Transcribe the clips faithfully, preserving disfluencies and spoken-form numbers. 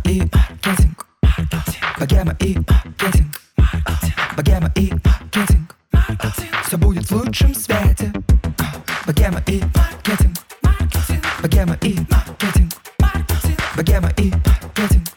и маркетинг. Богема и маркетинг. Богема и маркетинг. Все будет в лучшем свете. Богема и маркетинг. Богема и маркетинг. Богема и маркетинг.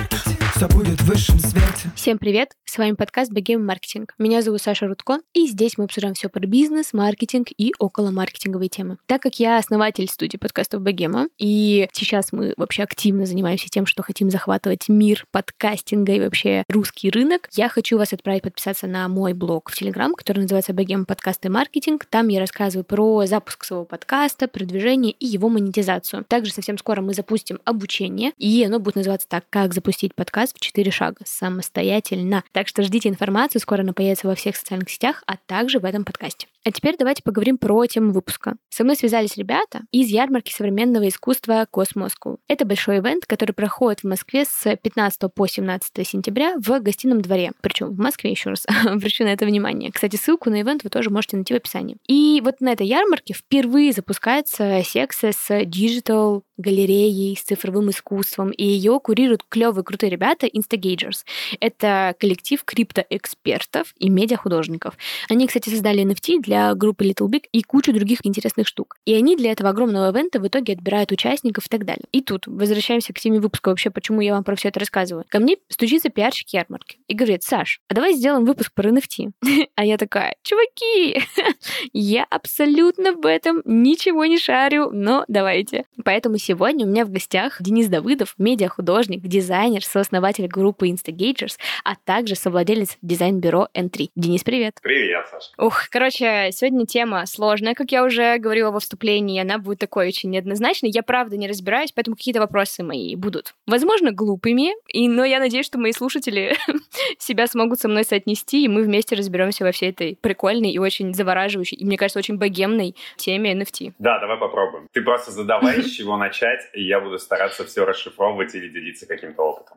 Все будет в высшем свете. Всем привет! С вами подкаст «Богема Маркетинг». Меня зовут Саша Рудко, и здесь мы обсуждаем все про бизнес, маркетинг и околомаркетинговые темы. Так как я основатель студии подкастов «Богема», и сейчас мы вообще активно занимаемся тем, что хотим захватывать мир подкастинга и вообще русский рынок, я хочу вас отправить подписаться на мой блог в Телеграм, который называется «Богема подкаст и маркетинг». Там я рассказываю про запуск своего подкаста, продвижение и его монетизацию. Также совсем скоро мы запустим обучение, и оно будет называться так: «Как запустить подкаст в четыре шага самостоятельно». Так что ждите информацию, скоро она появится во всех социальных сетях, а также в этом подкасте. А теперь давайте поговорим про тему выпуска. Со мной связались ребята из ярмарки современного искусства Cosmos School. Это большой ивент, который проходит в Москве с пятнадцатого по семнадцатое сентября в Гостином дворе. Причем в Москве, еще раз обращу на это внимание. Кстати, ссылку на ивент вы тоже можете найти в описании. И вот на этой ярмарке впервые запускается секция с диджитал галереей, с цифровым искусством, и ее курируют клевые крутые ребята Instagagers. Это коллектив криптоэкспертов и медиахудожников. Они, кстати, создали эн эф ти для группы Little Big и кучу других интересных штук. И они для этого огромного ивента в итоге отбирают участников и так далее. И тут возвращаемся к теме выпуска, вообще, почему я вам про все это рассказываю. Ко мне стучится пиарщик ярмарки и говорит: Саш, а давай сделаем выпуск про эн эф ти. А я такая: чуваки, я абсолютно в этом ничего не шарю, но давайте. Поэтому сегодня у меня в гостях Денис Давыдов, медиахудожник, дизайнер, сооснователь группы Instagagers, а также совладелец дизайн-бюро эн три. Денис, привет. Привет, Саша. Ух, короче, сегодня тема сложная, как я уже говорила во вступлении, она будет такой очень неоднозначной. Я правда не разбираюсь, поэтому какие-то вопросы мои будут, возможно, глупыми, и, но я надеюсь, что мои слушатели себя смогут со мной соотнести, и мы вместе разберемся во всей этой прикольной и очень завораживающей, и, мне кажется, очень богемной теме эн эф ти. Да, давай попробуем. Ты просто задавай, с чего начать, и я буду стараться все расшифровывать или делиться каким-то опытом.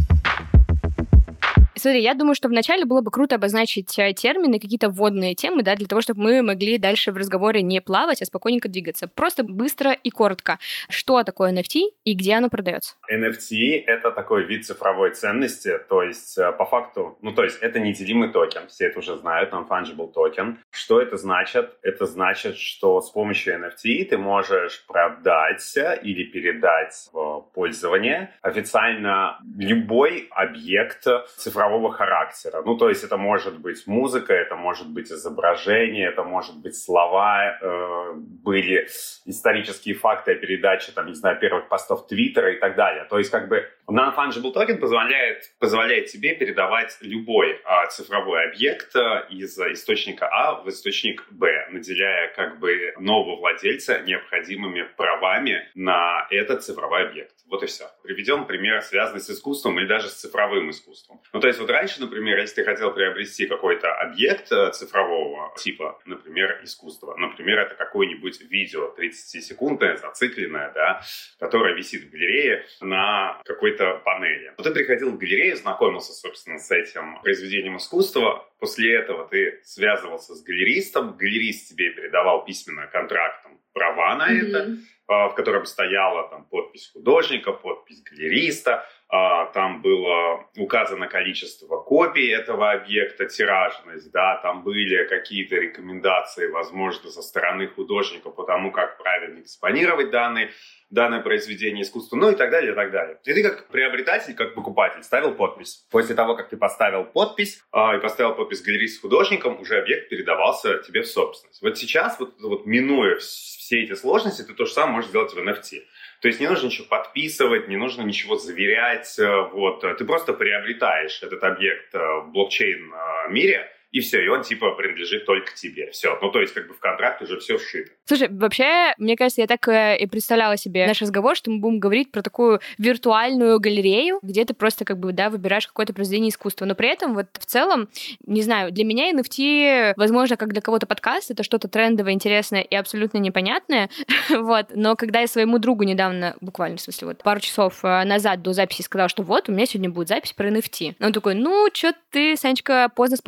Смотри, я думаю, что вначале было бы круто обозначить термины, какие-то вводные темы, да, для того, чтобы мы могли дальше в разговоре не плавать, а спокойненько двигаться. Просто быстро и коротко. Что такое эн эф ти и где оно продается? эн эф ти — это такой вид цифровой ценности, то есть по факту, ну то есть это неделимый токен, все это уже знают, non-fungible токен. Что это значит? Это значит, что с помощью эн эф ти ты можешь продать или передать в пользование официально любой объект цифрового характера. Ну, то есть это может быть музыка, это может быть изображение, это может быть слова, э, были исторические факты о передаче, там, не знаю, первых постов Твиттера и так далее. То есть как бы non-fungible токен позволяет, позволяет тебе передавать любой э, цифровой объект из источника А в источник Б, наделяя как бы нового владельца необходимыми правами на этот цифровой объект. Вот и все. Приведем пример, связанный с искусством или даже с цифровым искусством. Ну, то есть вот раньше, например, если ты хотел приобрести какой-то объект цифрового типа, например, искусства, например, это какое-нибудь видео тридцатисекундное, зацикленное, да, которое висит в галерее на какой-то панели. Вот ты приходил в галерею, знакомился, собственно, с этим произведением искусства. После этого ты связывался с галеристом, галерист тебе передавал письменно контрактом права на mm-hmm. это, в котором стояла там подпись художника, подпись галериста, там было указано количество копий этого объекта, тиражность, да, там были какие-то рекомендации, возможно, со стороны художника по тому, как правильно экспонировать данные, данное произведение искусства, ну и так далее, и так далее. И ты как приобретатель, как покупатель ставил подпись. После того, как ты поставил подпись э, и поставил подпись галерист с художником, уже объект передавался тебе в собственность. Вот сейчас, вот, вот минуя все эти сложности, ты то же самое можешь сделать в эн эф ти. То есть не нужно ничего подписывать, не нужно ничего заверять. Вот. Ты просто приобретаешь этот объект в блокчейн-мире, и все, и он типа принадлежит только тебе. Все. Ну, то есть, как бы в контракт уже все вшито. Слушай, вообще, мне кажется, я так и представляла себе наш разговор, что мы будем говорить про такую виртуальную галерею, где ты просто как бы, да, выбираешь какое-то произведение искусства. Но при этом вот в целом, не знаю, для меня эн эф ти, возможно, как для кого-то подкаст, это что-то трендовое, интересное и абсолютно непонятное. Вот. Но когда я своему другу недавно, буквально, в смысле, вот пару часов назад до записи сказала, что вот, у меня сегодня будет запись про эн эф ти. Он такой: ну, чё ты, Санечка, поздно спохватилась.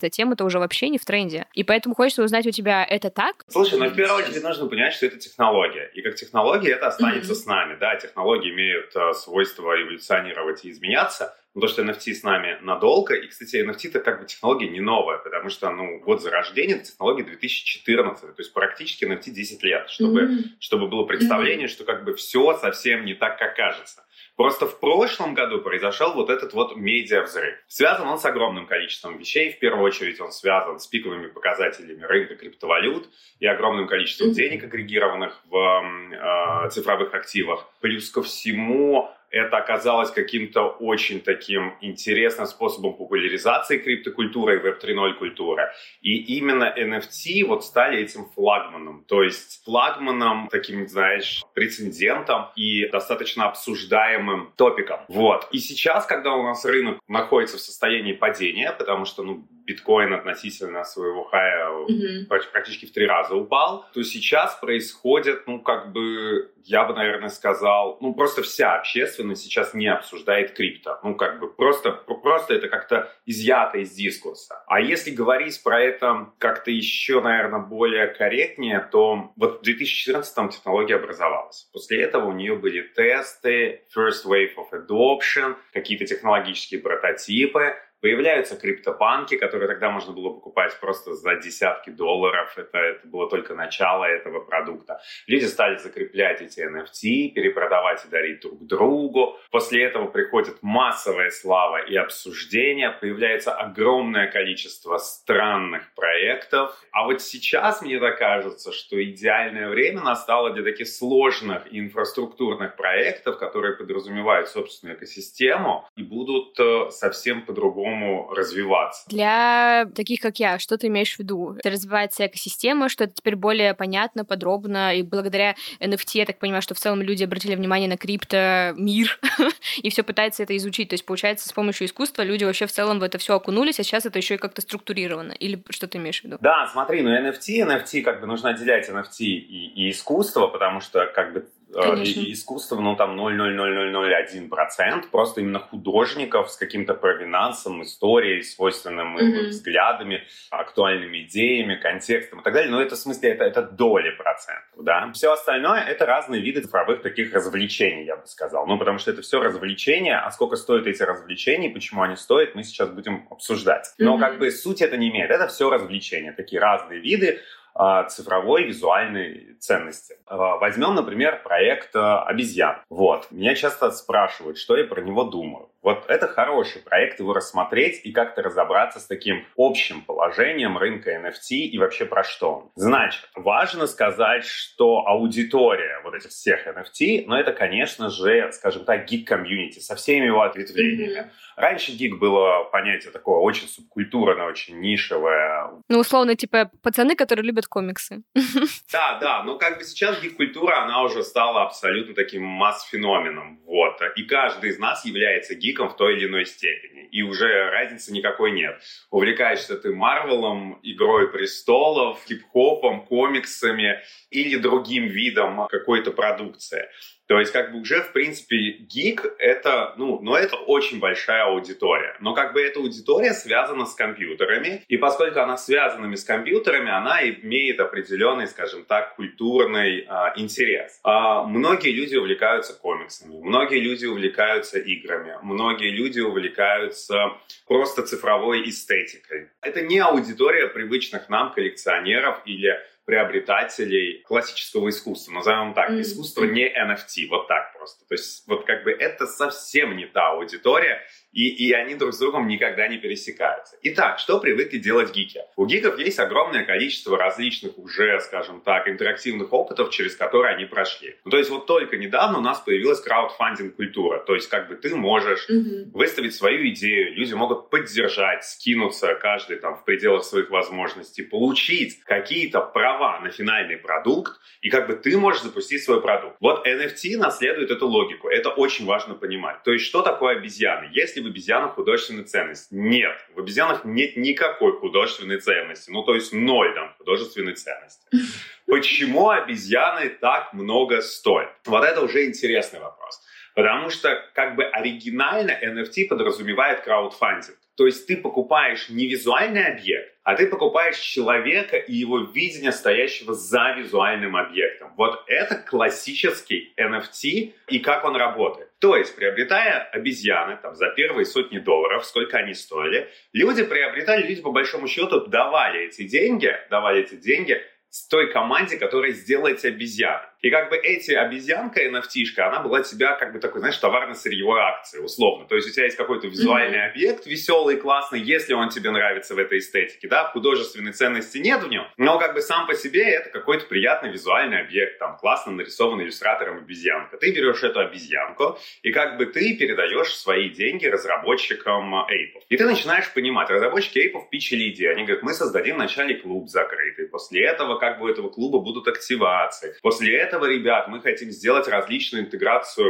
эта тема-то уже вообще не в тренде. И поэтому хочется узнать у тебя, это так? Слушай, ну в первую очередь нужно понять, что это технология. И как технология это останется mm-hmm. с нами. Да, технологии имеют uh, свойство эволюционировать и изменяться. Ну, то, что эн эф ти с нами надолго. И, кстати, эн эф ти-то как бы технология не новая, потому что, ну, год зарождения это технология две тысячи четырнадцатый. То есть практически эн эф ти десять лет, чтобы, mm-hmm. чтобы было представление, mm-hmm. что как бы все совсем не так, как кажется. Просто в прошлом году произошел вот этот вот медиа-взрыв. Связан он с огромным количеством вещей. В первую очередь он связан с пиковыми показателями рынка криптовалют и огромным количеством mm-hmm. денег, агрегированных в э, цифровых активах. Плюс ко всему, это оказалось каким-то очень таким интересным способом популяризации криптокультуры и веб три ноль культуры. И именно эн эф ти вот стали этим флагманом. То есть флагманом, таким, знаешь, прецедентом и достаточно обсуждаемым топиком. Вот. И сейчас, когда у нас рынок находится в состоянии падения, потому что, ну, биткоин относительно своего хая mm-hmm. практически в три раза упал, то сейчас происходит, ну, как бы, я бы, наверное, сказал, ну, просто вся общественность сейчас не обсуждает крипто. Ну, как бы, просто, просто это как-то изъято из дискурса. А если говорить про это как-то еще, наверное, более корректнее, то вот в две тысячи четырнадцатом технология образовалась. После этого у нее были тесты, first wave of adoption, какие-то технологические прототипы. Появляются криптопанки, которые тогда можно было покупать просто за десятки долларов. Это, это было только начало этого продукта. Люди стали закреплять эти эн эф ти, перепродавать и дарить друг другу. После этого приходит массовая слава и обсуждение. Появляется огромное количество странных проектов. А вот сейчас мне так кажется, что идеальное время настало для таких сложных инфраструктурных проектов, которые подразумевают собственную экосистему и будут совсем по-другому развиваться. Для таких, как я, что ты имеешь в виду? Это развивается экосистема, что это теперь более понятно, подробно, и благодаря эн эф ти, я так понимаю, что в целом люди обратили внимание на крипто-мир и все пытаются это изучить. То есть, получается, с помощью искусства люди вообще в целом в это все окунулись, а сейчас это еще и как-то структурировано. Или что ты имеешь в виду? Да, смотри, ну эн эф ти, эн эф ти, как бы нужно отделять эн эф ти и, и искусство, потому что как бы Конечно. И искусство, ну, там ноль целых ноль ноль ноль один процент просто именно художников с каким-то провинансом, историей, свойственным mm-hmm. им взглядами, актуальными идеями, контекстом и так далее. Но это, в смысле, это, это доли процентов, да. Все остальное — это разные виды цифровых таких развлечений, я бы сказал. Ну, потому что это все развлечения, а сколько стоят эти развлечения, почему они стоят, мы сейчас будем обсуждать. Но, mm-hmm. как бы, суть это не имеет. Это все развлечения, такие разные виды цифровой визуальной ценности. Возьмем, например, проект «Обезьян». Вот. Меня часто спрашивают, что я про него думаю. Вот это хороший проект, его рассмотреть и как-то разобраться с таким общим положением рынка эн эф ти и вообще про что он. Значит, важно сказать, что аудитория вот этих всех эн эф ти, ну это, конечно же, скажем так, гик-комьюнити со всеми его ответвлениями. Mm-hmm. Раньше гик было понятие такое очень субкультурное, очень нишевое. Ну, условно, типа пацаны, которые любят комиксы. Да, да, но как бы сейчас гик-культура, она уже стала абсолютно таким масс-феноменом. Вот. И каждый из нас является гиком в той или иной степени. И уже разницы никакой нет. Увлекаешься ты Марвелом, Игрой престолов, хип-хопом, комиксами или другим видом какой-то продукции. То есть, как бы уже, в принципе, гик — это, ну, но это очень большая аудитория. Но как бы эта аудитория связана с компьютерами, и поскольку она связана с компьютерами, она имеет определенный, скажем так, культурный а, интерес. А, многие люди увлекаются комиксами, многие люди увлекаются играми, многие люди увлекаются просто цифровой эстетикой. Это не аудитория привычных нам коллекционеров или приобретателей классического искусства, назовем так, mm-hmm. искусство не эн эф ти, вот так просто. То есть вот как бы это совсем не та аудитория, и, и они друг с другом никогда не пересекаются. Итак, что привыкли делать гики? У гиков есть огромное количество различных уже, скажем так, интерактивных опытов, через которые они прошли. Ну, то есть вот только недавно у нас появилась краудфандинг-культура, то есть как бы ты можешь mm-hmm. выставить свою идею, люди могут поддержать, скинуться, каждый там в пределах своих возможностей, получить какие-то права на финальный продукт, и как бы ты можешь запустить свой продукт. Вот эн эф ти наследует эту логику. Это очень важно понимать. То есть, что такое обезьяны? Есть ли в обезьянах художественная ценность? Нет. В обезьянах нет никакой художественной ценности. Ну, то есть, ноль там художественной ценности. Почему обезьяны так много стоят? Вот это уже интересный вопрос. Потому что как бы оригинально эн эф ти подразумевает краудфандинг. То есть ты покупаешь не визуальный объект, а ты покупаешь человека и его видение, стоящего за визуальным объектом. Вот это классический эн эф ти и как он работает. То есть, приобретая обезьяны там, за первые сотни долларов, сколько они стоили, люди приобретали, люди по большому счету давали эти деньги, давали эти деньги с той команде, которая сделает эти обезьяны. И как бы эти обезьянка, эн эф ти-шка, она была у тебя как бы такой, знаешь, товарно-сырьевой акцией, условно. То есть у тебя есть какой-то визуальный mm-hmm. объект, веселый, классный, если он тебе нравится в этой эстетике, да, художественной ценности нет в нем, но как бы сам по себе это какой-то приятный визуальный объект, там, классно нарисованный иллюстратором обезьянка. Ты берешь эту обезьянку, и как бы ты передаешь свои деньги разработчикам эйпов. И ты начинаешь понимать, разработчики эйпов питчили идею, они говорят, мы создадим вначале клуб закрытый, после этого как бы у этого клуба будут активации, после этого этого, ребят, мы хотим сделать различную интеграцию,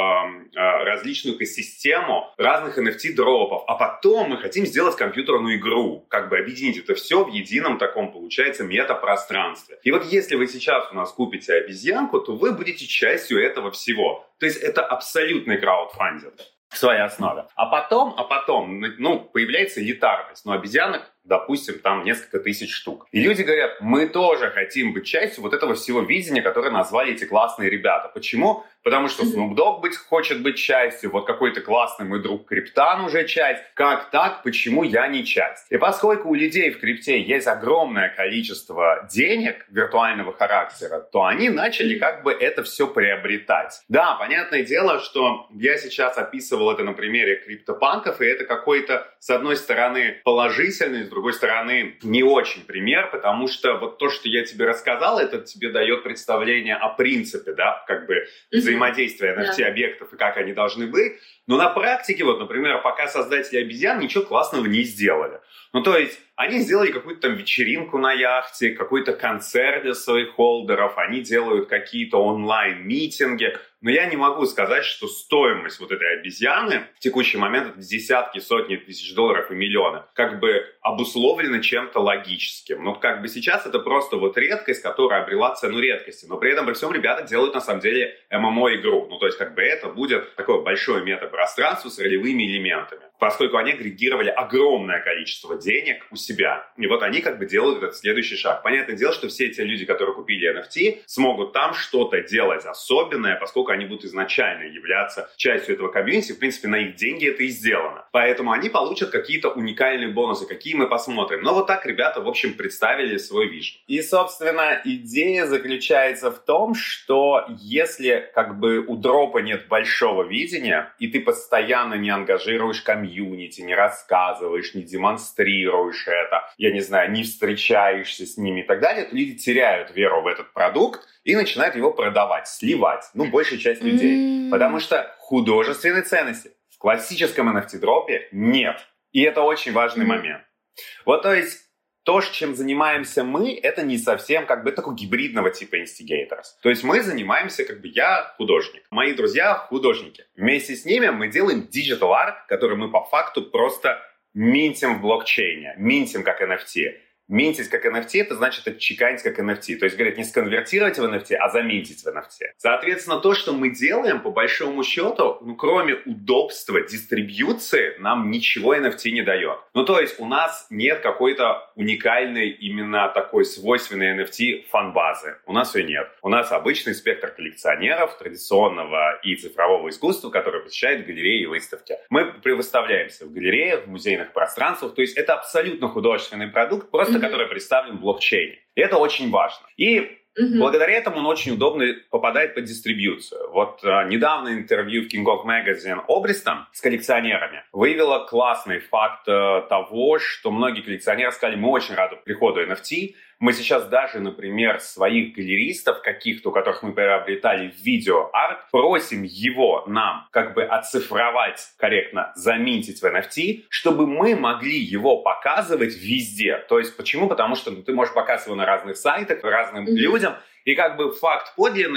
э, э, различную экосистему разных эн эф ти-дропов, а потом мы хотим сделать компьютерную игру, как бы объединить это все в едином таком, получается, метапространстве. И вот если вы сейчас у нас купите обезьянку, то вы будете частью этого всего. То есть это абсолютный краудфандинг в своей основе. А потом, а потом, ну, появляется элитарность. Ну, обезьянок, допустим, там несколько тысяч штук. И люди говорят, мы тоже хотим быть частью вот этого всего видения, которое назвали эти классные ребята. Почему? Потому что Snoop Dogg быть, хочет быть частью, вот какой-то классный мой друг Криптан уже часть. Как так? Почему я не часть? И поскольку у людей в крипте есть огромное количество денег виртуального характера, то они начали как бы это все приобретать. Да, понятное дело, что я сейчас описывал это на примере криптопанков, и это какой-то, с одной стороны, положительный, с другой стороны, не очень пример, потому что вот то, что я тебе рассказал, это тебе дает представление о принципе, да, как бы взаимодействия эн эф ти-объектов и как они должны быть. Но на практике, вот, например, пока создатели обезьян ничего классного не сделали. Ну, то есть, они сделали какую-то там вечеринку на яхте, какой-то концерт для своих холдеров, они делают какие-то онлайн-митинги. Но я не могу сказать, что стоимость вот этой обезьяны в текущий момент это десятки, сотни тысяч долларов и миллионы, как бы обусловлена чем-то логическим. Ну, как бы сейчас это просто вот редкость, которая обрела цену редкости. Но при этом при всем ребята делают на самом деле эм эм о-игру. Ну, то есть, как бы это будет такое большое метапространство с ролевыми элементами. Поскольку они агрегировали огромное количество денег у себя. И вот они как бы делают этот следующий шаг. Понятное дело, что все эти люди, которые купили эн эф ти, смогут там что-то делать особенное, поскольку они будут изначально являться частью этого комьюнити. В принципе, на их деньги это и сделано. Поэтому они получат какие-то уникальные бонусы, какие мы посмотрим. Но вот так ребята, в общем, представили свой вижн. И, собственно, идея заключается в том, что если как бы у дропа нет большого видения, и ты постоянно не ангажируешь комьюнити, комьюнити, не рассказываешь, не демонстрируешь это, я не знаю, не встречаешься с ними и так далее, то люди теряют веру в этот продукт и начинают его продавать, сливать. Ну, большая часть людей. Mm-hmm. Потому что художественной ценности в классическом эн эф ти-дропе нет. И это очень важный mm-hmm. момент. Вот, то есть, то, чем занимаемся мы, это не совсем как бы такого гибридного типа instigators. То есть мы занимаемся, как бы я художник, мои друзья художники. Вместе с ними мы делаем digital art, который мы по факту просто минтим в блокчейне, минтим как эн эф ти. Минтить как эн эф ти, это значит отчеканить как эн эф ти. То есть, говорят, не сконвертировать в эн эф ти, а заминтить в эн эф ти. Соответственно, то, что мы делаем, по большому счету, ну, кроме удобства дистрибьюции, нам ничего эн эф ти не дает. Ну, то есть, у нас нет какой-то уникальной, именно такой свойственной эн эф ти фан-базы. У нас ее нет. У нас обычный спектр коллекционеров, традиционного и цифрового искусства, который посещает галереи и выставки. Мы выставляемся в галереях, в музейных пространствах. То есть, это абсолютно художественный продукт, просто который представлен в блокчейне. И это очень важно. И mm-hmm. благодаря этому он очень удобно попадает под дистрибьюцию. Вот а, недавно интервью в King of Magazine Обрестом с коллекционерами выявило классный факт а, того, что многие коллекционеры сказали, мы очень рады приходу эн эф ти. Мы сейчас даже, например, своих галеристов каких-то, у которых мы приобретали видео-арт, просим его нам как бы оцифровать корректно, заминтить в эн эф ти, чтобы мы могли его показывать везде. То есть почему? Потому что ну, ты можешь показывать его на разных сайтах, разным mm-hmm. людям, и как бы факт подлинности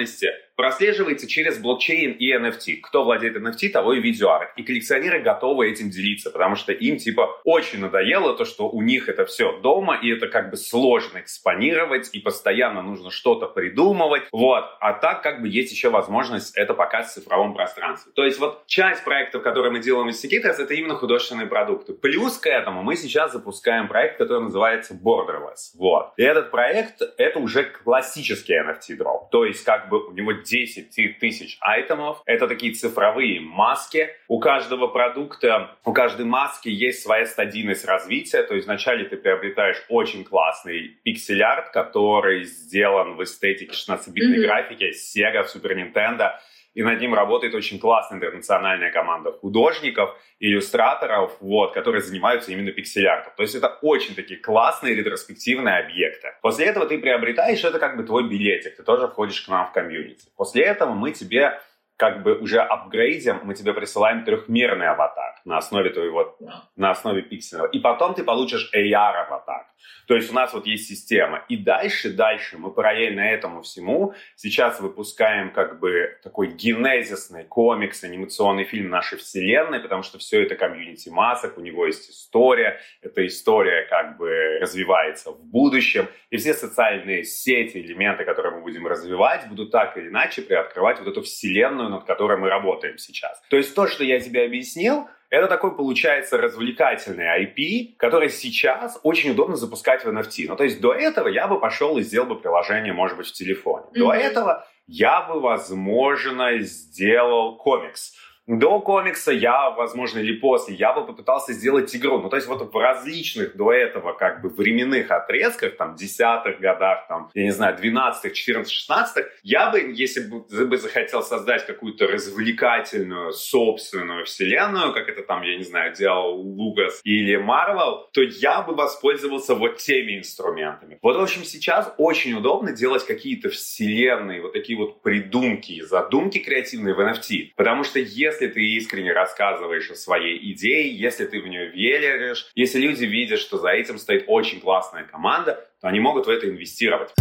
прослеживается через блокчейн и эн эф ти. Кто владеет эн эф ти, того и видеоарт. И коллекционеры готовы этим делиться, потому что им типа очень надоело то, что у них это все дома, и это как бы сложно экспонировать, и постоянно нужно что-то придумывать. Вот. А так как бы есть еще возможность это показать в цифровом пространстве. То есть вот часть проектов, которые мы делаем в Instigators, это именно художественные продукты. Плюс к этому мы сейчас запускаем проект, который называется Borderless. Вот. И этот проект, это уже классический эн эф ти-дроп. То есть как бы у него десять тысяч айтемов. Это такие цифровые маски. У каждого продукта, у каждой маски есть своя стадийность развития. То есть вначале ты приобретаешь очень классный пиксель-арт, который сделан в эстетике шестнадцатибитной mm-hmm. графики Sega, Super Nintendo. И над ним работает очень классная интернациональная команда художников, иллюстраторов, вот, которые занимаются именно пиксель-артом. То есть это очень такие классные ретроспективные объекты. После этого ты приобретаешь, это как бы твой билетик, ты тоже входишь к нам в комьюнити. После этого мы тебе как бы уже апгрейдим, мы тебе присылаем трехмерный аватар на основе твоего, на основе пиксельного. И потом ты получишь эй ар-аватар. То есть у нас вот есть система. И дальше, дальше мы параллельно этому всему сейчас выпускаем как бы такой генезисный комикс, анимационный фильм нашей вселенной, потому что все это комьюнити масок, у него есть история. Эта история как бы развивается в будущем. И все социальные сети, элементы, которые мы будем развивать, будут так или иначе приоткрывать вот эту вселенную, над которой мы работаем сейчас. То есть то, что я тебе объяснил, это такой, получается, развлекательный ай пи, который сейчас очень удобно запускать в эн эф ти. Ну, то есть до этого я бы пошел и сделал бы приложение, может быть, в телефоне. Mm-hmm. До этого я бы, возможно, сделал комикс. До комикса я, возможно, или после, я бы попытался сделать игру. Ну, то есть вот в различных до этого как бы временных отрезках, там, десятых годах, там, я не знаю, двенадцатых, четырнадцатых, шестнадцатых, я бы, если бы, бы захотел создать какую-то развлекательную, собственную вселенную, как это там, я не знаю, делал Лукас или Марвел, то я бы воспользовался вот теми инструментами. Вот, в общем, сейчас очень удобно делать какие-то вселенные, вот такие вот придумки, задумки креативные в эн эф ти, потому что если Если ты искренне рассказываешь о своей идее, если ты в нее веришь, если люди видят, что за этим стоит очень классная команда, то они могут в это инвестировать.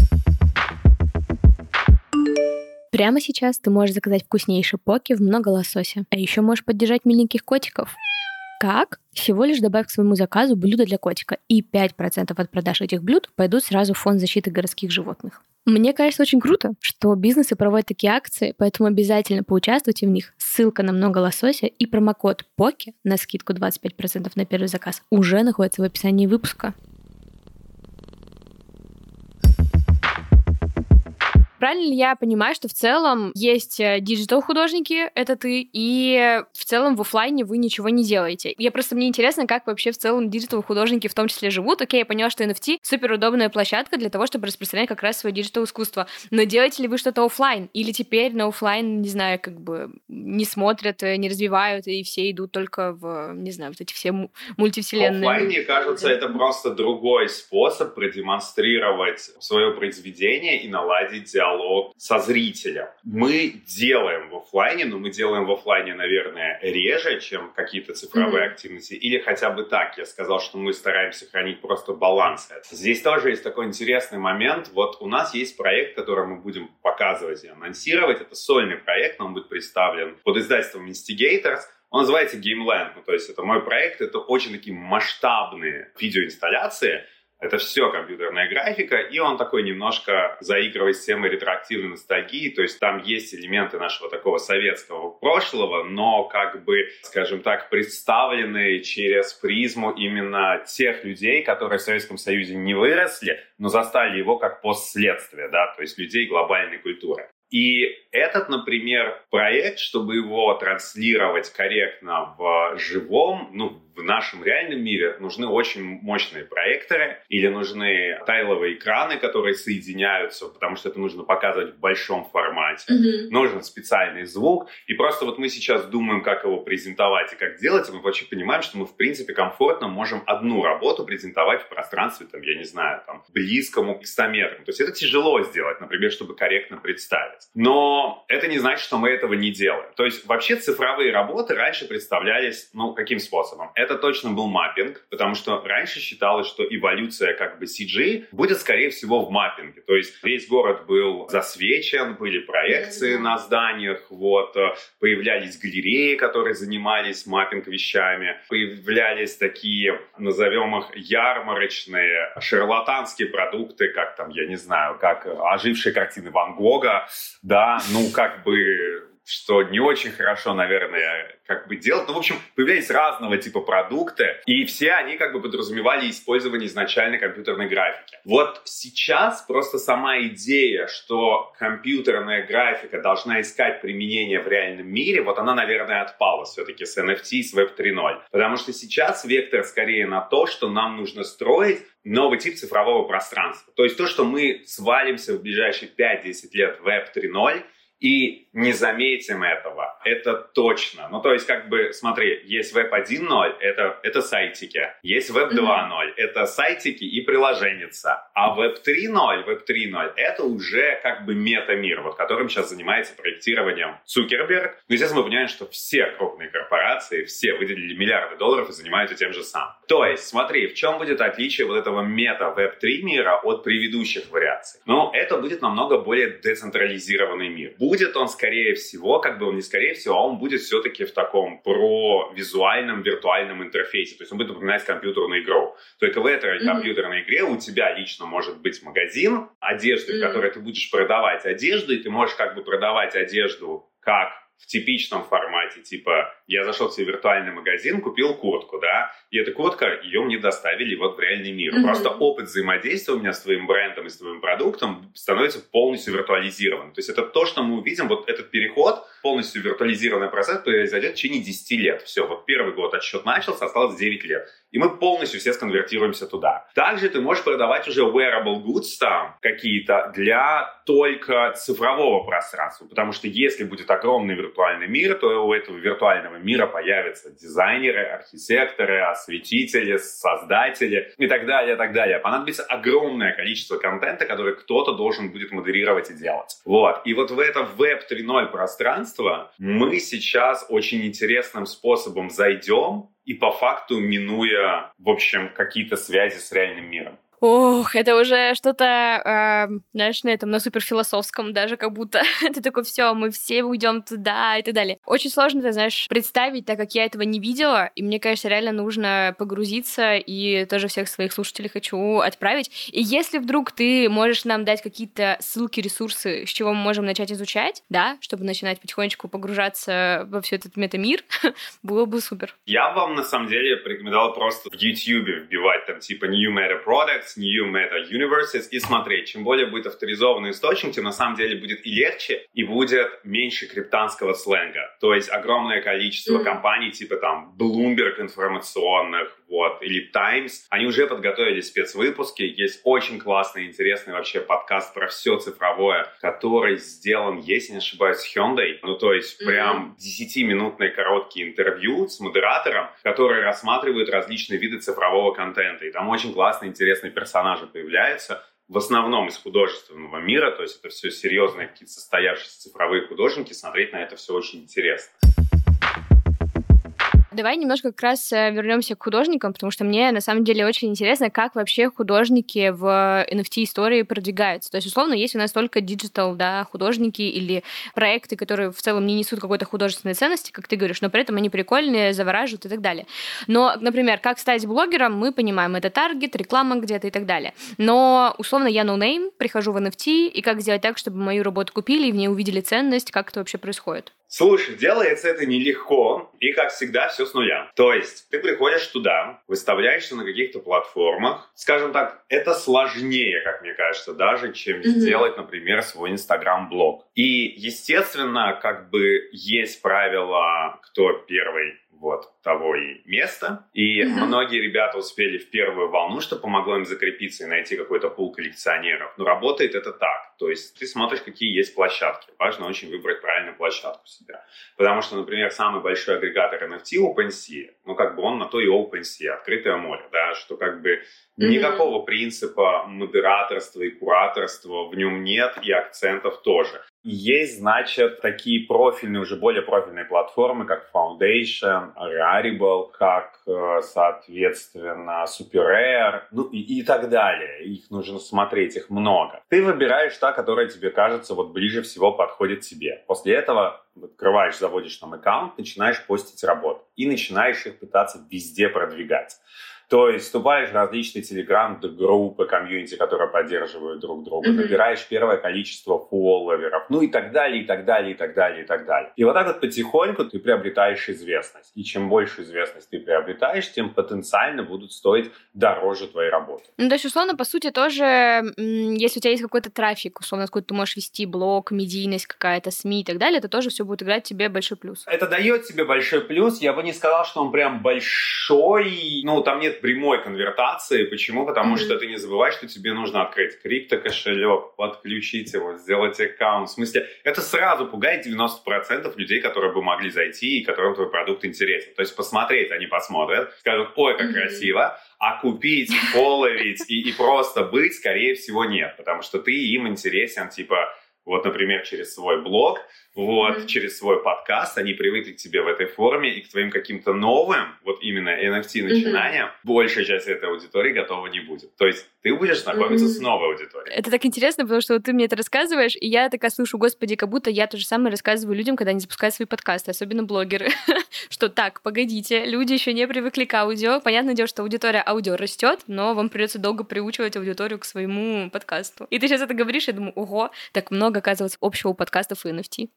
Прямо сейчас ты можешь заказать вкуснейший поки в много лосося, а еще можешь поддержать миленьких котиков. Как? Всего лишь добавь к своему заказу блюдо для котика, и пять процентов от продаж этих блюд пойдут сразу в фонд защиты городских животных. Мне кажется очень круто, что бизнесы проводят такие акции, поэтому обязательно поучаствуйте в них. Ссылка на много лосося и промокод поки на скидку двадцать пять процентов на первый заказ уже находится в описании выпуска. Правильно ли я понимаю, что в целом есть диджитал-художники, это ты, и в целом в офлайне вы ничего не делаете? Я просто, мне интересно, как вообще в целом диджитал-художники в том числе живут. Окей, я поняла, что эн эф ти — суперудобная площадка для того, чтобы распространять как раз свое диджитал-искусство. Но делаете ли вы что-то офлайн? Или теперь на офлайн, не знаю, как бы не смотрят, не развивают, и все идут только в, не знаю, вот эти все мультивселенные? Офлайн, мне кажется, это просто другой способ продемонстрировать свое произведение и наладить диалог со зрителем. Мы делаем в офлайне, но мы делаем в офлайне, наверное, реже, чем какие-то цифровые mm-hmm. активности. Или хотя бы так. Я сказал, что мы стараемся хранить просто баланс. Здесь тоже есть такой интересный момент. Вот у нас есть проект, который мы будем показывать и анонсировать. Это сольный проект, он будет представлен под издательством Instigators. Он называется Gameland. Ну, то есть это мой проект. Это очень такие масштабные видеоинсталляции. Это все компьютерная графика, и он такой немножко заигрывает с темой ретроактивной ностальгии, то есть там есть элементы нашего такого советского прошлого, но как бы, скажем так, представленные через призму именно тех людей, которые в Советском Союзе не выросли, но застали его как последствия, да, то есть людей глобальной культуры. И этот, например, проект, чтобы его транслировать корректно в живом, ну, в нашем реальном мире, нужны очень мощные проекторы или нужны тайловые экраны, которые соединяются, потому что это нужно показывать в большом формате. Mm-hmm. Нужен специальный звук. И просто вот мы сейчас думаем, как его презентовать и как делать, и мы вообще понимаем, что мы, в принципе, комфортно можем одну работу презентовать в пространстве, там, я не знаю, там, близкому к ста метрам. То есть это тяжело сделать, например, чтобы корректно представить. Но это не значит, что мы этого не делаем. То есть вообще цифровые работы раньше представлялись, ну, каким способом? Это это точно был маппинг, потому что раньше считалось, что эволюция как бы си джи будет, скорее всего, в маппинге. То есть весь город был засвечен, были проекции mm-hmm. на зданиях, вот, появлялись галереи, которые занимались маппинг-вещами, появлялись такие, назовем их, ярмарочные, шарлатанские продукты, как там, я не знаю, как ожившие картины Ван Гога, да, ну, как бы... что не очень хорошо, наверное, как бы делать. Ну, в общем, появлялись разного типа продукты, и все они как бы подразумевали использование изначально компьютерной графики. Вот сейчас просто сама идея, что компьютерная графика должна искать применение в реальном мире, вот она, наверное, отпала все-таки с эн эф ти, с веб три ноль. Потому что сейчас вектор скорее на то, что нам нужно строить новый тип цифрового пространства. То есть то, что мы свалимся в ближайшие пять-десять лет в веб три ноль, и не заметим этого. Это точно. Ну, то есть, как бы, смотри, есть веб один ноль, это, это сайтики. Есть веб два ноль, mm-hmm. это сайтики и приложенница. А веб три ноль, веб три ноль, это уже как бы мета-мир, вот, которым сейчас занимается проектированием Цукерберг. Ну, естественно, мы понимаем, что все крупные корпорации, все выделили миллиарды долларов и занимаются тем же самым. То есть, смотри, в чем будет отличие вот этого мета-веб три мира от предыдущих вариаций? Ну, это будет намного более децентрализированный мир. Будет он, скорее всего, как бы он не скорее всего, а он будет все-таки в таком провизуальном виртуальном интерфейсе. То есть он будет напоминать компьютерную игру. Только в этой mm-hmm. компьютерной игре у тебя лично может быть магазин одежды, mm-hmm. в которой ты будешь продавать одежду, и ты можешь как бы продавать одежду как в типичном формате, типа, я зашел в свой виртуальный магазин, купил куртку, да, и эта куртка, ее мне доставили вот в реальный мир. Mm-hmm. Просто опыт взаимодействия у меня с твоим брендом и с твоим продуктом становится полностью виртуализированным. То есть это то, что мы увидим, вот этот переход, полностью виртуализированный процесс произойдет в течение десять лет. Все, вот первый год отсчет начался, осталось девять лет. И мы полностью все сконвертируемся туда. Также ты можешь продавать уже wearable goods там какие-то для только цифрового пространства. Потому что если будет огромный виртуальный мир, то у этого виртуального мира появятся дизайнеры, архитекторы, осветители, создатели и так далее, и так далее. Понадобится огромное количество контента, который кто-то должен будет модерировать и делать. Вот. И вот в это веб три ноль пространство мы сейчас очень интересным способом зайдем, и по факту минуя, в общем, какие-то связи с реальным миром. Ох, это уже что-то, э, знаешь, на этом, на суперфилософском даже, как будто ты такой, все, мы все уйдем туда и так далее. Очень сложно, ты знаешь, представить, так как я этого не видела, и мне, конечно, реально нужно погрузиться, и тоже всех своих слушателей хочу отправить. И если вдруг ты можешь нам дать какие-то ссылки, ресурсы, с чего мы можем начать изучать, да, чтобы начинать потихонечку погружаться во все этот метамир, было бы супер. Я вам, на самом деле, порекомендовал просто в YouTube вбивать там типа New Meta Products, New Meta Universes и смотреть. Чем более будет авторизованный источник, тем на самом деле будет и легче, и будет меньше криптанского сленга. То есть огромное количество mm-hmm. компаний, типа там Bloomberg информационных, вот, или Times, они уже подготовили спецвыпуски. Есть очень классный, интересный вообще подкаст про все цифровое, который сделан, если не ошибаюсь, с Hyundai. Ну, то есть mm-hmm. прям десятиминутные короткие интервью с модератором, которые рассматривают различные виды цифрового контента. И там очень классный, интересный персонажи появляются, в основном из художественного мира, то есть это все серьезные какие-то состоявшиеся цифровые художники, смотреть на это все очень интересно. Давай немножко как раз вернемся к художникам, потому что мне на самом деле очень интересно, как вообще художники в эн эф ти-истории продвигаются. То есть, условно, есть у нас только диджитал, да, художники или проекты, которые в целом не несут какой-то художественной ценности, как ты говоришь, но при этом они прикольные, завораживают и так далее. Но, например, как стать блогером, мы понимаем, это таргет, реклама где-то и так далее. Но, условно, я ноунейм, прихожу в эн эф ти, и как сделать так, чтобы мою работу купили и в ней увидели ценность, как это вообще происходит? Слушай, делается это нелегко, и, как всегда, все с нуля. То есть, ты приходишь туда, выставляешься на каких-то платформах. Скажем так, это сложнее, как мне кажется, даже, чем mm-hmm. сделать, например, свой Инстаграм-блог. И, естественно, как бы есть правило, кто первый, вот, того и место. И mm-hmm. многие ребята успели в первую волну, что помогло им закрепиться и найти какой-то пул коллекционеров. Но работает это так. То есть ты смотришь, какие есть площадки. Важно очень выбрать правильную площадку себя. Потому что, например, самый большой агрегатор эн эф ти OpenSea, ну, как бы он на то и OpenSea, открытое море, да, что как бы mm-hmm. никакого принципа модераторства и кураторства в нем нет, и акцентов тоже. Есть, значит, такие профильные, уже более профильные платформы, как Foundation, Rarible, как, соответственно, SuperAir, ну и, и так далее. Их нужно смотреть, их много. Ты выбираешь та, которая тебе кажется вот ближе всего подходит тебе. После этого открываешь, заводишь там аккаунт, начинаешь постить работу и начинаешь их пытаться везде продвигать. То есть вступаешь в различные телеграм-группы, комьюнити, которые поддерживают друг друга, mm-hmm. набираешь первое количество фолловеров, ну и так далее, и так далее, и так далее, и так далее. И вот так вот потихоньку ты приобретаешь известность. И чем больше известность ты приобретаешь, тем потенциально будут стоить дороже твоей работы. Ну, то есть, условно, по сути, тоже, если у тебя есть какой-то трафик, условно, какой-то ты можешь вести блог, медийность какая-то, СМИ и так далее, это тоже все будет играть тебе большой плюс. Это дает тебе большой плюс. Я бы не сказал, что он прям большой. Ну, там нет прямой конвертации. Почему? Потому mm-hmm. что ты не забывай, что тебе нужно открыть криптокошелек, подключить его, сделать аккаунт. В смысле, это сразу пугает девяносто процентов людей, которые бы могли зайти и которым твой продукт интересен. То есть посмотреть они посмотрят, скажут, ой, как mm-hmm. красиво, а купить, фолловить и, и просто быть, скорее всего, нет. Потому что ты им интересен, типа, вот, например, через свой блог, вот, mm-hmm. через свой подкаст, они привыкли к тебе в этой форме, и к твоим каким-то новым, вот именно эн эф ти-начинаниям, mm-hmm. большая часть этой аудитории готова не будет. То есть ты будешь знакомиться mm-hmm. с новой аудиторией. Это так интересно, потому что вот ты мне это рассказываешь, и я такая слышу, господи, как будто я то же самое рассказываю людям, когда они запускают свои подкасты, особенно блогеры, что так, погодите, люди еще не привыкли к аудио. Понятное дело, что аудитория аудио растет, но вам придется долго приучивать аудиторию к своему подкасту. И ты сейчас это говоришь, я думаю, ого, так много, оказывается, общего у подкастов и эн эф ти.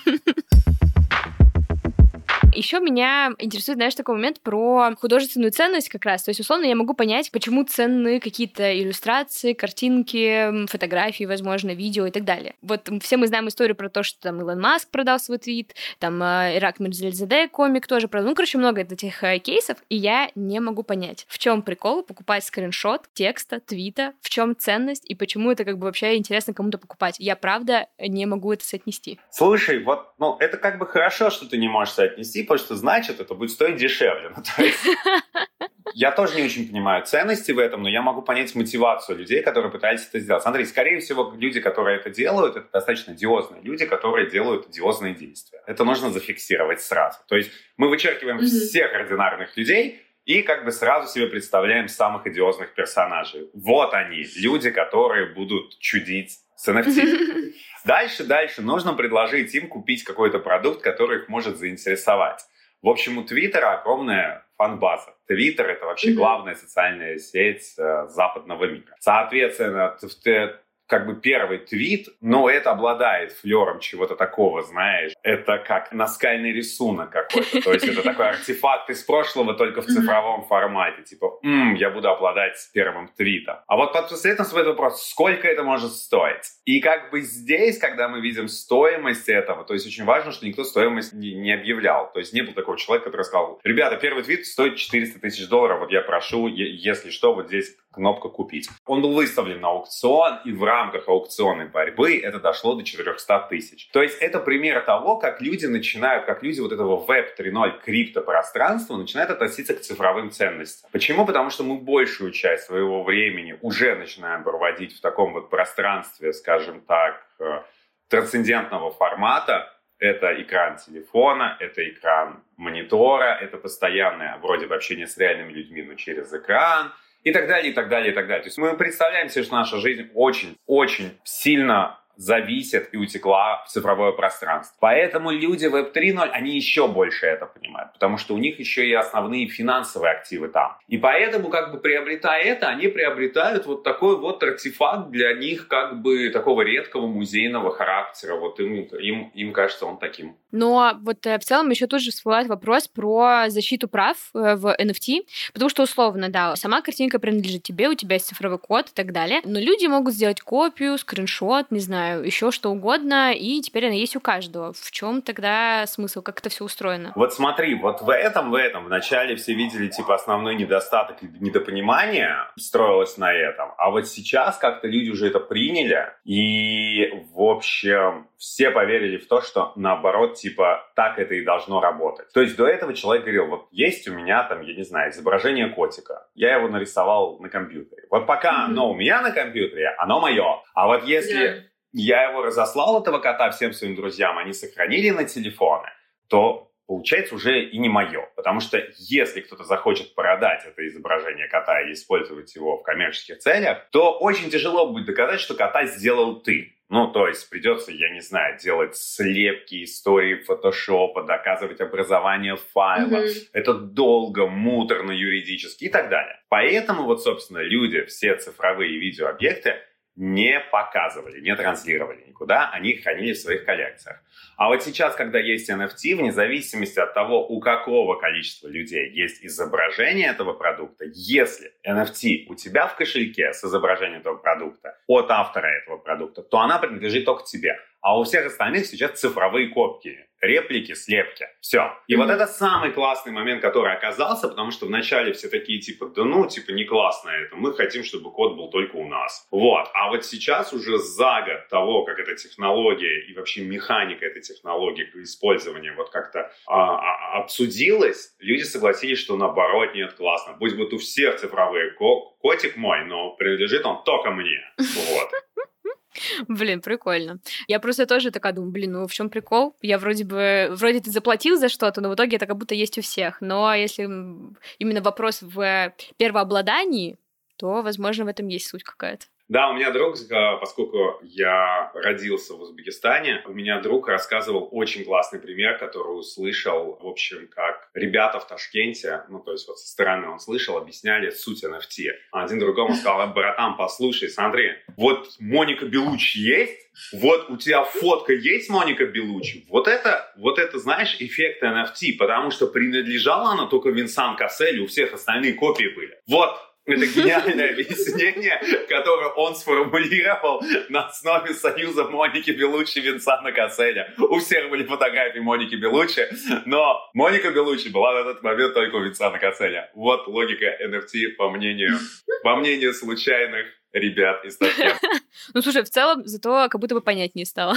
Еще меня интересует, знаешь, такой момент про художественную ценность как раз. То есть, условно, я могу понять, почему ценны какие-то иллюстрации, картинки, фотографии, возможно, видео и так далее. Вот все мы знаем историю про то, что там Илон Маск продал свой твит, там Ирак Мирзалидзе комик тоже продал. Ну, короче, много этих кейсов, и я не могу понять, в чем прикол покупать скриншот текста, твита, в чем ценность и почему это как бы вообще интересно кому-то покупать. Я, правда, не могу это соотнести. Слушай, вот, ну, это как бы хорошо, что ты не можешь соотнести, потому что значит, это будет стоить дешевле. Ну, то есть, я тоже не очень понимаю ценности в этом, но я могу понять мотивацию людей, которые пытаются это сделать. Смотри, скорее всего, люди, которые это делают, это достаточно одиозные люди, которые делают одиозные действия. Это нужно зафиксировать сразу. То есть мы вычеркиваем mm-hmm. всех ординарных людей и как бы сразу себе представляем самых одиозных персонажей. Вот они, люди, которые будут чудить с эн эф ти. Дальше, дальше нужно предложить им купить какой-то продукт, который их может заинтересовать. В общем, у Твиттера огромная фан-база. Твиттер — это вообще mm-hmm. главная социальная сеть э, западного мира. Соответственно, ты, как бы первый твит, но это обладает флером чего-то такого, знаешь. Это как наскальный рисунок какой-то. То есть это такой артефакт из прошлого, только в цифровом формате. Типа, «Ммм, я буду обладать первым твитом». А вот после этого стоит вопрос, сколько это может стоить? И как бы здесь, когда мы видим стоимость этого, то есть очень важно, что никто стоимость не, не объявлял. То есть не было такого человека, который сказал, ребята, первый твит стоит четыреста тысяч долларов, вот я прошу, если что, вот здесь кнопка «Купить». Он был выставлен на аукцион, и в рамках аукционной борьбы это дошло до четыреста тысяч. То есть это пример того, как люди начинают, как люди вот этого веб три ноль криптопространства начинают относиться к цифровым ценностям. Почему? Потому что мы большую часть своего времени уже начинаем проводить в таком вот пространстве, скажем так, трансцендентного формата. Это экран телефона, это экран монитора, это постоянное вроде бы общение с реальными людьми, но через экран. И так далее, и так далее, и так далее. То есть мы представляем себе, что наша жизнь очень-очень сильно зависит и утекла в цифровое пространство. Поэтому люди веб три ноль, они еще больше это понимают, потому что у них еще и основные финансовые активы там. И поэтому, как бы приобретая это, они приобретают вот такой вот артефакт для них, как бы такого редкого музейного характера. Вот им, им, им кажется он таким. Но вот в целом еще тут же всплывает вопрос про защиту прав в эн эф ти, потому что условно, да, сама картинка принадлежит тебе, у тебя есть цифровой код и так далее, но люди могут сделать копию, скриншот, не знаю, еще что угодно, и теперь она есть у каждого. В чем тогда смысл? Как это все устроено? Вот смотри, вот в этом, в этом, вначале все видели, типа, основной недостаток недопонимания строилось на этом, а вот сейчас как-то люди уже это приняли, и, в общем, все поверили в то, что, наоборот, типа, так это и должно работать. То есть до этого человек говорил, вот есть у меня там, я не знаю, изображение котика, я его нарисовал на компьютере. Вот пока mm-hmm. оно у меня на компьютере, оно мое. А вот если... Yeah. я его разослал, этого кота, всем своим друзьям, они сохранили на телефоны, то получается уже и не мое. Потому что если кто-то захочет продать это изображение кота и использовать его в коммерческих целях, то очень тяжело будет доказать, что кота сделал ты. Ну, то есть придется, я не знаю, делать слепки, истории фотошопа, доказывать образование файла. Mm-hmm. Это долго, муторно, юридически и так далее. Поэтому вот, собственно, люди все цифровые видеообъекты не показывали, не транслировали никуда, они их хранили в своих коллекциях. А вот сейчас, когда есть эн эф ти, вне зависимости от того, у какого количества людей есть изображение этого продукта, если эн эф ти у тебя в кошельке с изображением этого продукта от автора этого продукта, то она принадлежит только тебе. А у всех остальных сейчас цифровые копии, реплики, слепки. Все. И mm-hmm. вот это самый классный момент, который оказался, потому что вначале все такие, типа, да ну, типа, не классно это. Мы хотим, чтобы код был только у нас. Вот. А вот сейчас уже за год того, как эта технология и вообще механика этой технологии использования вот как-то а, а, обсудилась, люди согласились, что наоборот, нет, классно. Пусть будут у всех цифровые ко- котик мой, но принадлежит он только мне. Вот. Блин, прикольно. Я просто тоже такая думаю, блин, ну в чем прикол? Я вроде бы, вроде ты заплатил за что-то, но в итоге это как будто есть у всех. Но если именно вопрос в первообладании, то, возможно, в этом есть суть какая-то. Да, у меня друг, поскольку я родился в Узбекистане, у меня друг рассказывал очень классный пример, который услышал, в общем, как ребята в Ташкенте, ну, то есть вот со стороны он слышал, объясняли суть эн эф ти. Один другому сказал: братан, послушай, смотри, вот Моника Белуччи есть, вот у тебя фотка есть Моника Белуччи, вот это, вот это, знаешь, эффект эн эф ти, потому что принадлежала она только Винсан Касселю, у всех остальные копии были. Вот. Это гениальное объяснение, которое он сформулировал на основе союза Моники Белуччи и Винсана Касселя. У всех были фотографии Моники Белуччи, но Моника Белуччи была на тот момент только у Винсана Касселя. Вот логика эн эф ти по мнению, по мнению случайных ребят из Ташкента. Ну, слушай, в целом, зато как будто бы понятнее стало.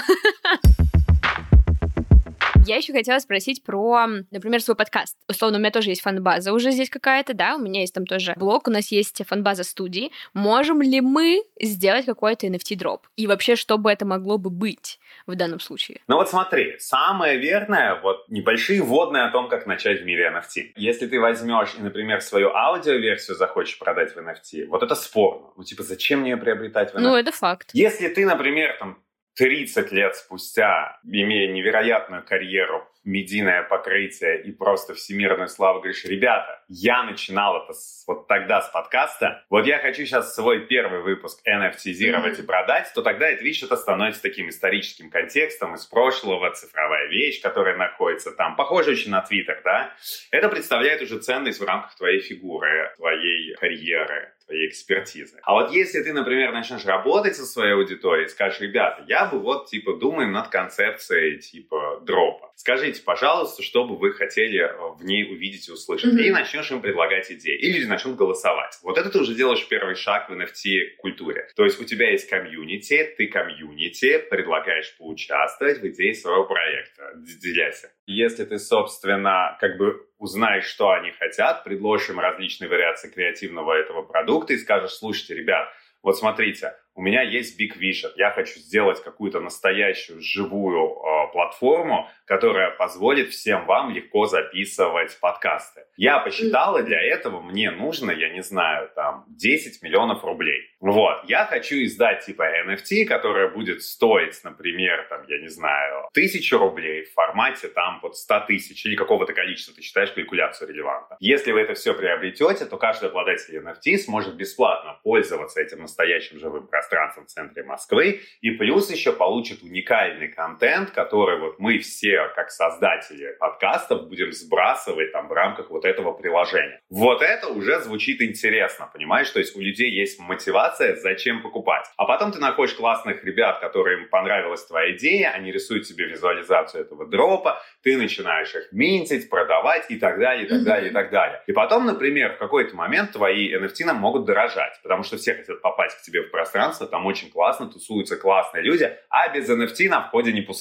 Я еще хотела спросить про, например, свой подкаст. Условно, у меня тоже есть фан-база уже здесь какая-то, да, у меня есть там тоже блог, у нас есть фан-база студии. Можем ли мы сделать какой-то эн эф ти-дроп? И вообще, что бы это могло бы быть в данном случае? Ну вот смотри, самое верное, вот небольшие вводные о том, как начать в мире эн эф ти. Если ты возьмешь и, например, свою аудиоверсию захочешь продать в эн эф ти, вот это спорно. Ну типа, зачем мне ее приобретать в эн эф ти? Ну, это факт. Если ты, например, там, тридцать лет спустя, имея невероятную карьеру, медийное покрытие и просто всемирную славу, говоришь: ребята, я начинал это с, вот тогда с подкаста, вот я хочу сейчас свой первый выпуск эн эф ти-зировать mm-hmm. и продать, то тогда это, видишь, это становится таким историческим контекстом из прошлого, цифровая вещь, которая находится там, похоже очень на Твиттер, да? Это представляет уже ценность в рамках твоей фигуры, твоей карьеры, твоей экспертизы. А вот если ты, например, начнешь работать со своей аудиторией, скажешь: ребята, я бы вот, типа, думаю над концепцией, типа, дропа. Скажите, пожалуйста, что бы вы хотели в ней увидеть и услышать. Mm-hmm. И начнешь им предлагать идеи. Или люди начнут голосовать. Вот это ты уже делаешь первый шаг в эн эф ти-культуре. То есть у тебя есть комьюнити, ты комьюнити, предлагаешь поучаствовать в идее своего проекта. Деляйся. Если ты, собственно, как бы узнаешь, что они хотят, предложишь им различные вариации креативного этого продукта и скажешь: слушайте, ребят, вот смотрите, у меня есть Big Vision, я хочу сделать какую-то настоящую живую э, платформу, которая позволит всем вам легко записывать подкасты. Я посчитал, и для этого мне нужно, я не знаю, там, десять миллионов рублей. Вот, я хочу издать типа эн эф ти, которая будет стоить, например, там, я не знаю, тысячу рублей в формате там вот сто тысяч или какого-то количества, ты считаешь калькуляцию релевантно. Если вы это все приобретете, то каждый обладатель эн эф ти сможет бесплатно пользоваться этим настоящим живым пространством пространством в центре Москвы, и плюс еще получит уникальный контент, который вот мы все, как создатели подкастов, будем сбрасывать там в рамках вот этого приложения. Вот это уже звучит интересно, понимаешь? То есть у людей есть мотивация, зачем покупать. А потом ты находишь классных ребят, которым понравилась твоя идея, они рисуют тебе визуализацию этого дропа, ты начинаешь их минтить, продавать и так далее, и так далее, и так далее. И потом, например, в какой-то момент твои эн эф ти нам могут дорожать, потому что все хотят попасть к тебе в пространство, там очень классно, тусуются классные люди, а без эн эф ти на входе не пускают.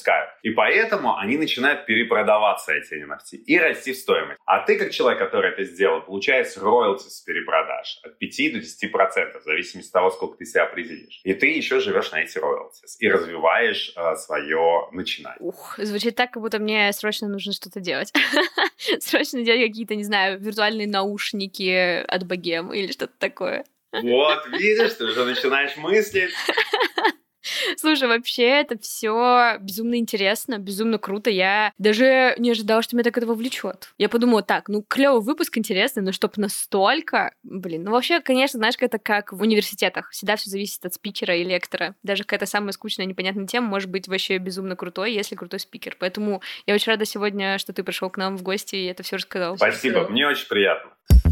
И поэтому они начинают перепродаваться, эти эн эф ти, и расти в стоимость. А ты, как человек, который это сделал, получаешь роялти с перепродаж от пяти до десяти процентов, в зависимости от того, сколько ты себя определишь. И ты еще живешь на эти роялти и развиваешь э, свое начинание. Ух, звучит так, как будто мне срочно нужно что-то делать. Срочно делать какие-то, не знаю, виртуальные наушники от Богем или что-то такое. Вот, видишь, ты уже начинаешь мыслить. Слушай, вообще это все безумно интересно, безумно круто. Я даже не ожидала, что меня так это вовлечет. Я подумала, так, ну клевый выпуск, интересный, но чтоб настолько, блин, ну вообще, конечно, знаешь, это как в университетах. Всегда все зависит от спикера и лектора. Даже какая-то самая скучная, непонятная тема может быть вообще безумно крутой, если крутой спикер. Поэтому я очень рада сегодня, что ты пришел к нам в гости и это все рассказал. Спасибо, мне очень приятно.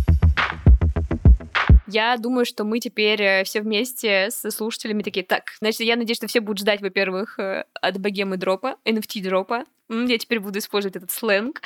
Я думаю, что мы теперь все вместе с слушателями такие, так, значит, я надеюсь, что все будут ждать, во-первых, от богемы дропа, эн эф ти дропа. Я теперь буду использовать этот сленг.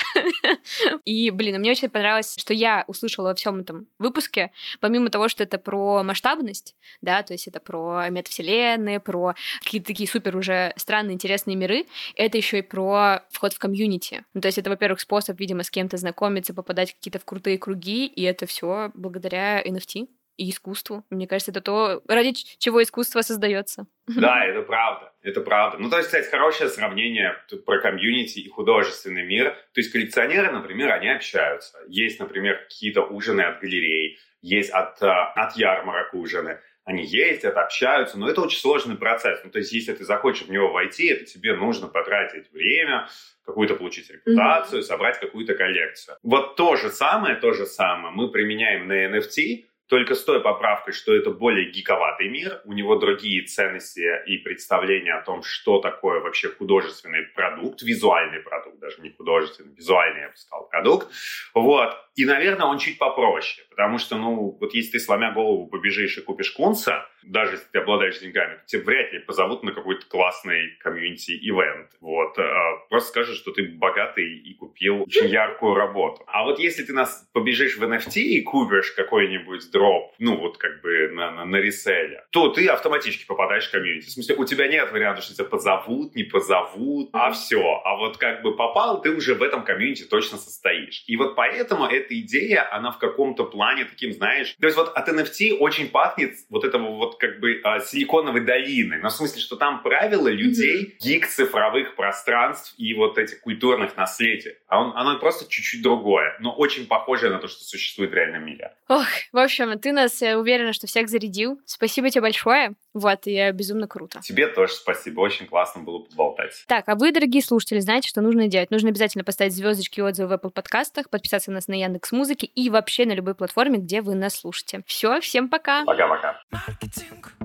И, блин, мне очень понравилось, что я услышала во всем этом выпуске, помимо того, что это про масштабность, да, то есть это про метавселенные, про какие-то такие супер уже странные, интересные миры, это еще и про вход в комьюнити. Ну, то есть это, во-первых, способ, видимо, с кем-то знакомиться, попадать какие-то в крутые круги, и это все благодаря эн эф ти и искусству. Мне кажется, это то, ради чего искусство создается. Да, это правда, это правда. Ну, то есть, кстати, хорошее сравнение про комьюнити и художественный мир. То есть коллекционеры, например, они общаются. Есть, например, какие-то ужины от галерей, есть от, от ярмарок ужины. Они ездят, общаются, но это очень сложный процесс. Ну, то есть, если ты захочешь в него войти, это тебе нужно потратить время, какую-то получить репутацию, mm-hmm. собрать какую-то коллекцию. Вот то же самое, то же самое мы применяем на эн эф ти, только с той поправкой, что это более гиковатый мир, у него другие ценности и представления о том, что такое вообще художественный продукт, визуальный продукт, даже не художественный, визуальный, я бы сказал, продукт. Вот. И, наверное, он чуть попроще, потому что, ну, вот если ты, сломя голову, побежишь и купишь кунца, даже если ты обладаешь деньгами, то тебя вряд ли позовут на какой-то классный комьюнити-ивент. Вот. Просто скажут, что ты богатый и купил очень яркую работу. А вот если ты нас побежишь в эн эф ти и купишь какой-нибудь дроп, ну, вот как бы на, на, на реселе, то ты автоматически попадаешь в комьюнити. В смысле, у тебя нет варианта, что тебя позовут, не позовут, а все. А вот как бы попал, ты уже в этом комьюнити точно состоишь. И вот поэтому эта идея, она в каком-то плане таким, знаешь... То есть вот от эн эф ти очень пахнет вот этого вот как бы а, силиконовой долины. Но в смысле, что там правила людей, mm-hmm. гик цифровых пространств и вот этих культурных наследий. А он, оно просто чуть-чуть другое, но очень похожее на то, что существует в реальном мире. Ох, в общем, ты нас, я уверена, что всех зарядил. Спасибо тебе большое. Вот, и безумно круто. Тебе тоже спасибо. Очень классно было поболтать. Так, а вы, дорогие слушатели, знаете, что нужно делать? Нужно обязательно поставить звездочки и отзывы в Apple подкастах, подписаться на нас на Яндекс.Музыке и вообще на любой платформе, где вы нас слушаете. Все, всем пока. Пока-пока. Маркетинг.